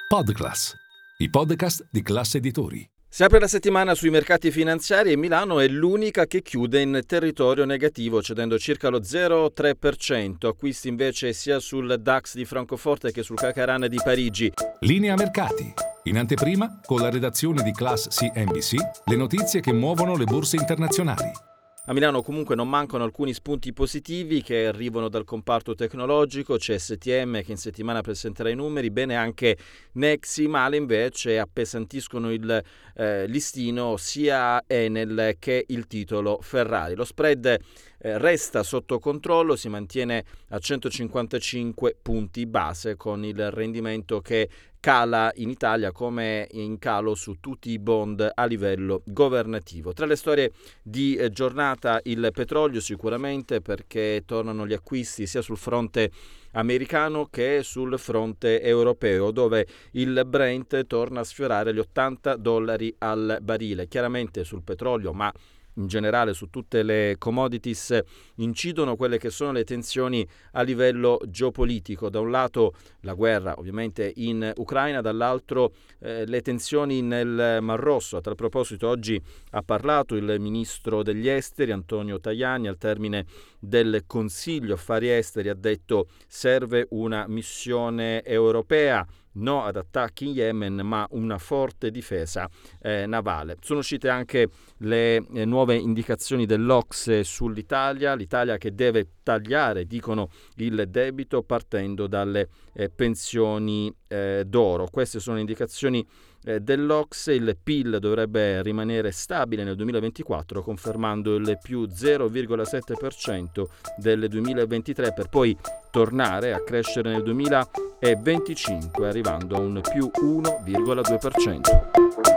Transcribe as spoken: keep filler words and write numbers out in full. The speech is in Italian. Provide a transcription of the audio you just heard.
Podclass, i podcast di Class Editori. Si apre la settimana sui mercati finanziari e Milano è l'unica che chiude in territorio negativo, cedendo circa lo zero virgola tre per cento. Acquisti invece sia sul DAX di Francoforte che sul CAC di Parigi. Linea mercati. In anteprima, con la redazione di Class C N B C, le notizie che muovono le borse internazionali. A Milano comunque non mancano alcuni spunti positivi che arrivano dal comparto tecnologico. C'è S T M che in settimana presenterà i numeri, bene anche Nexi, male invece appesantiscono il eh, listino sia Enel che il titolo Ferrari. Lo spread eh, resta sotto controllo, si mantiene a centocinquantacinque punti base con il rendimento che cala in Italia come in calo su tutti i bond a livello governativo. Tra le storie di eh, giornata il petrolio sicuramente, perché tornano gli acquisti sia sul fronte americano che sul fronte europeo, dove il Brent torna a sfiorare gli ottanta dollari al barile. Chiaramente sul petrolio, ma in generale su tutte le commodities, incidono quelle che sono le tensioni a livello geopolitico. Da un lato la guerra ovviamente in Ucraina, dall'altro eh, le tensioni nel Mar Rosso. A tal proposito oggi ha parlato il ministro degli esteri Antonio Tajani al termine del Consiglio Affari Esteri, ha detto serve una missione europea, no ad attacchi in Yemen ma una forte difesa eh, navale. Sono uscite anche le eh, nuove indicazioni dell'Ocse sull'Italia, l'Italia che deve tagliare, dicono, il debito partendo dalle eh, pensioni eh, d'oro. Queste sono indicazioni eh, dell'Ocse. Il P I L dovrebbe rimanere stabile nel duemilaventiquattro, confermando il più zero virgola sette per cento del duemilaventitré, per poi tornare a crescere nel duemilaventicinque arrivando a un più uno virgola due per cento.